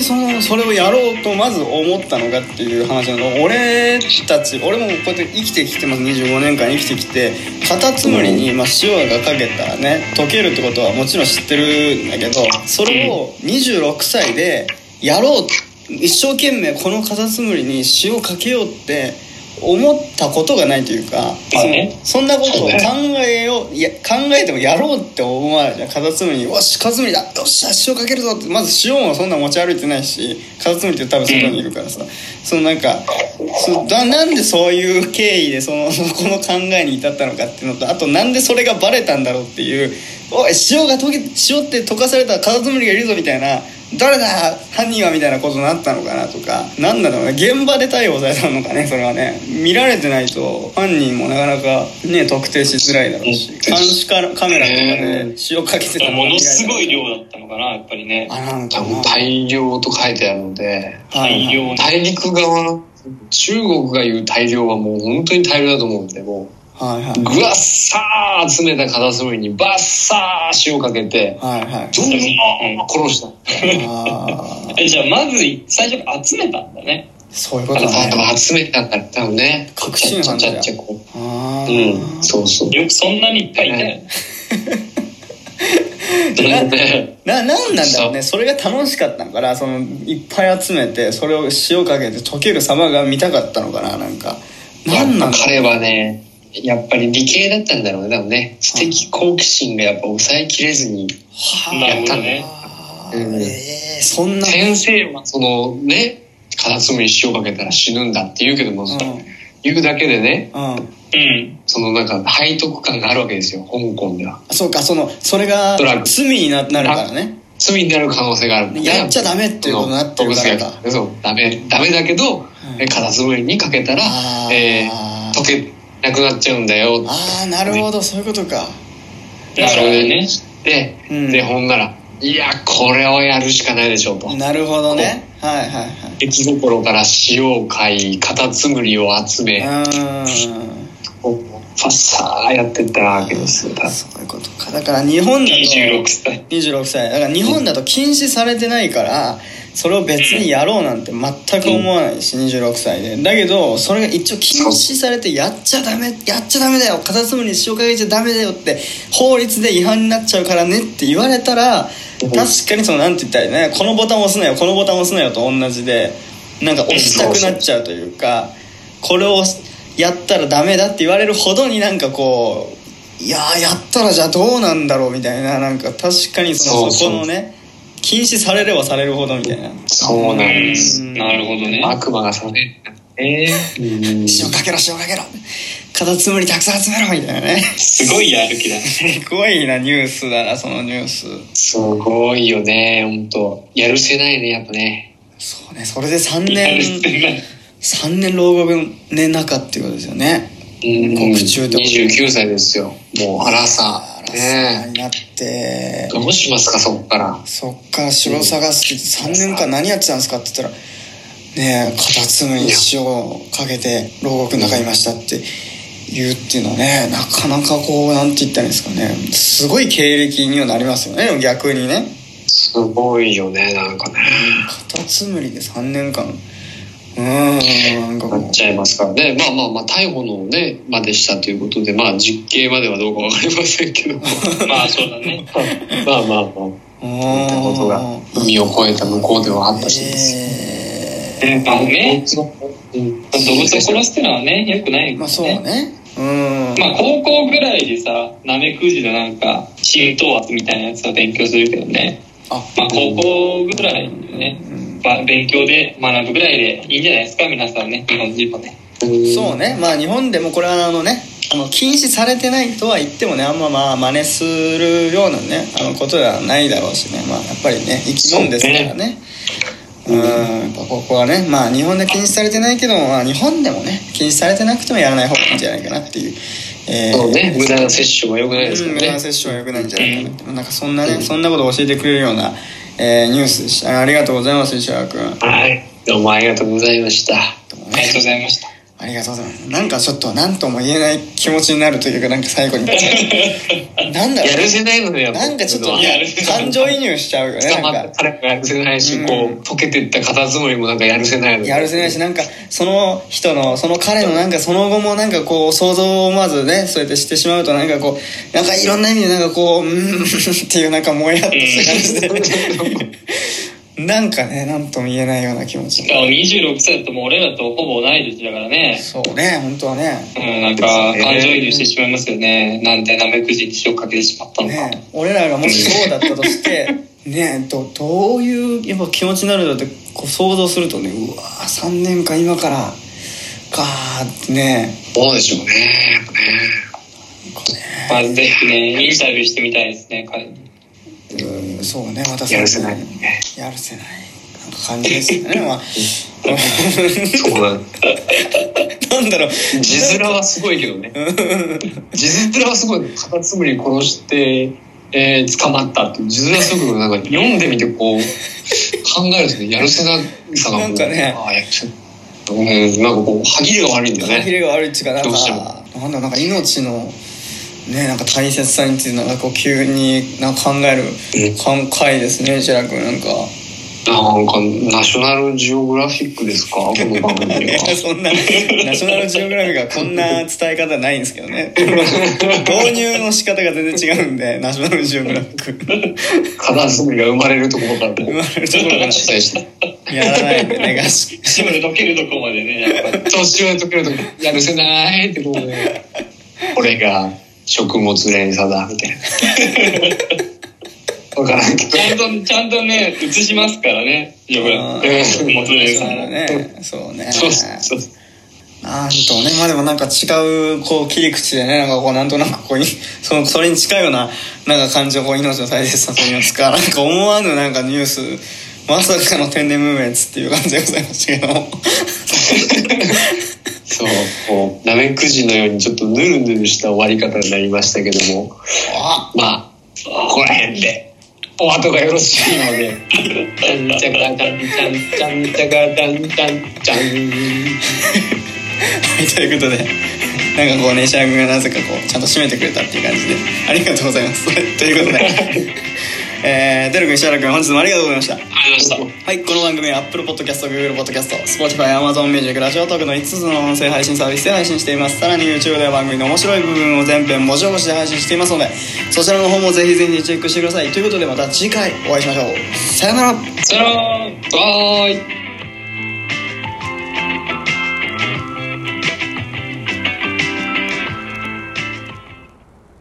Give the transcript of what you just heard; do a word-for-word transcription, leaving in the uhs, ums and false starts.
そのそれをやろうとまず思ったのかっていう話なの。俺たち俺もこうやって生きてきてます。にじゅうごねんかん生きてきて、カタツムリに、まあ、塩がかけたらね溶けるってことはもちろん知ってるんだけど、それをにじゅうろくさいでやろう、一生懸命このカタツムリに塩かけようって思ったことがないというか、そのそんなことを考えよう、いや考えてもやろうって思わないじゃん。カタツムリによしカタツムリだ、よっしゃ塩かけるぞって、まず塩もそんな持ち歩いてないし、カタツムリって多分外にいるからさ、そのなんかそだなんでそういう経緯でそのこの考えに至ったのかっていうのと、あとなんでそれがバレたんだろうっていう、おい塩が溶け塩って溶かされたカタツムリがいるぞみたいな、誰だ犯人はみたいなことになったのかなとか、なんだろうね、現場で逮捕されたのかね、それはね見られてないと犯人もなかなかね特定しづらいだろうし、監視カメラとかで塩かけてたのものすごい量だったのかな、やっぱりね。 あ、なんか多分大量と書いてあるので、 大量、 大陸側、中国が言う大量はもう本当に大量だと思うんで、もう、はいはい、ぐわっさー集めたカタツムリにバッサー塩かけて、はいはい、どんどん殺した。 あえじゃあまず最初から集めたんだね。 そういうことだね。 集めたから多分ね、 確信犯だよ。 あうん、そうそう。 よくそんなにいっぱいいたよね。 な, な, なんなんだろうね、それが楽しかったのかな、そのいっぱい集めてそれを塩かけて溶ける様が見たかったのかな、なんかなんなんだ彼はねやっぱり理系だったんだろうね、多分ね、知的好奇心がやっぱ抑えきれずにやったんだよ、うん、えー、そんな先生はそのねカタツムリに塩かけたら死ぬんだって言うけども、うん、言うだけでね、うんうん、そのなんか背徳感があるわけですよ、香港では。 そうか、そのそれが罪になるからね、 罪になる可能性があるんだ、ね、 やっちゃダメっていうことになってるからか。 そうダメダメだけど、うん、カタツムリにかけたら、えー、溶けなくなっちゃうんだよ。 ああなるほど、ね、そういうことか。 だからねで、うん、でほんならいやこれをやるしかないでしょうと。 なるほどね、はいはいはい。 出来心から塩を買いカタツムリを集め、うんファッサーやってったわけですよ。 そういうことか。だから日本だとにじゅうろくさいにじゅうろくさいだから日本だと禁止されてないから、それを別にやろうなんて全く思わないし、にじゅうろくさいで。だけどそれが一応禁止されて、やっちゃダメやっちゃダメだよ、カタツムリに塩かけちゃダメだよって法律で違反になっちゃうからねって言われたら、確かにそのなんて言ったらいいね、このボタン押すなよこのボタン押すなよと同じで、なんか押したくなっちゃうというか、これをやったらダメだって言われるほどになんかこう、いやーやったらじゃあどうなんだろうみたいな、なんか確かにそのそうそうそこのね禁止されればされるほどみたいな。 そうなんです。 なるほどね。 悪魔がされえー、 塩かけろ塩かけろカタツムリたくさん集めろみたいなね。 すごいやる気だね。 すごいなニュースだな、そのニュース。 すごいよね、本当やるせないね、やっぱね。 そうね、それでさんねんさんねん牢獄の中っていうことですよね。 獄中とにじゅうきゅうさいですよ、もうアラサーねになって、 どうしますかそっから。 そっから城を探すってさんねんかん何やってたんですかって言ったらねえ、カタツムリに塩をかけて牢獄の中にいましたって言うっていうのはね、なかなかこうなんて言ったらいいんですかね、すごい経歴にはなりますよね、逆にね。 すごいよね、なんかね、 カタツムリでさんねんかんうーんなんかなっちゃいますからね。まあまあまあ逮捕のねまでしたということで、まあ実刑まではどうかわかりませんけどまあそうだねまあまあまあこういったことが海を越えた向こうではあったしです、 えー、やっぱね動物を殺すってのはねよくない、ね、 まあそうね、うんまあ高校ぐらいでさナメクジのなんか浸透圧みたいなやつは勉強するけどね、あまあ高校ぐらいでね、うん勉強で学ぶぐらいでいいんじゃないですか皆さんね、日本人もね。 そうね、まあ日本でもこれはあのねあの禁止されてないとは言ってもね、あんままあ真似するようなねあのことではないだろうしね、まあやっぱりね生き物ですからね、うん、やっぱここはねまあ日本で禁止されてないけども、まあ、日本でもね禁止されてなくてもやらない方がいいんじゃないかなっていう、えー、 そうね、無駄な摂取は良くないですからね、 うん、無駄な摂取は良くないんじゃないかなって、うん、なんかそんなね、うん、そんなことを教えてくれるようなえー、ニュースでした。ありがとうございます石原君。 はい、どうもありがとうございました。 ありがとうございました。 あありがとうございます。なんかちょっと何とも言えない気持ちになるというか、なんか最後になんだろう、 やるせないのよ。 なんかちょっと、ね、感情移入しちゃうよね。 捕まった彼がやるせないし、うん、こう溶けていったカタツムリもなんかやるせないの。 やるせないし、なんかその人のその彼のなんかその後もなんかこう想像をまずね、そうやってしてしまうと、なんかこうなんかいろんな意味でなんかこううーんっていうなんかもやっとした感じでなんかね、なんとも言えないような気持ち。 しかもにじゅうろくさいだともう俺らとほぼ同い年だからね。 そうね、本当はね。 うん、なんか感情移入してしまいますよね。なんでナメクジに塩かけてしまったのか。 ね、俺らがもしそうだったとしてね、どどういうやっぱ気持ちになるんだってこう想像するとね、うわーさんねんかん今からかーってね。 そうでしょうね。ねまあぜひね、インタビューしてみたいですね、彼に。 うん、そうね、私やるせないやるせないなんか感じですよね。まあそうなんなんだろう、 字面はすごいけどね字面はすごい。カタツムリ殺して、えー、捕まったって字面はすごい。なんか読んでみてこう考えるとね、やるせなさがなんかね、 あやるせうん、なんかこう歯切れが悪いんだよね。歯切れが悪いっていうか、なんかなんだなんか命のね、なんか大切さについてなんかこう急になんか考える回ですね、ジェラ君。なんかなんかナショナルジオグラフィックですか、この番組は。 そんなナショナルジオグラフィックはこんな伝え方ないんですけどね導入の仕方が全然違うんで、ナショナルジオグラフィックカタツムリが生まれるところから生まれるところから取材してやらないんでね、合宿塩で溶けるとこまでね、やっぱりそう塩で溶けるとこやるせないってことで、これが食物連鎖だみたいな分からんけど、 ちゃんとちゃんとね映しますからね、食物連鎖もね。そうね、 そうそう、 なんとね、まあでもなんか違うこう切り口でね、なんかこうなんとなくこうそのそれに近いようななんか感情をこう命の大切さといいますか、なんか思わぬなんかニュース、まさかの天然無滅っていう感じでございましたけどもそう、こうナメクジのようにちょっとヌルヌルした終わり方になりましたけども、まあここら辺でお後がよろしいのでちゃんちゃかちゃんちゃんちゃんちゃかちゃんちゃんちゃんはい、ということでなんかこうね、石原君がなぜかこうちゃんと締めてくれたっていう感じでありがとうございますということでえー、てるくん、石原君、本日もありがとうございました。 ありがとうございました。 はい、この番組は Apple Podcast、Google Podcast、Spotify、Amazon Music、ラジオトークのいつつの音声配信サービスで配信しています。さらに YouTube では番組の面白い部分を全編文字起こしで配信していますので、そちらの方もぜひぜひチェックしてください。ということでまた次回お会いしましょう。さよなら。 さよなら。バイ。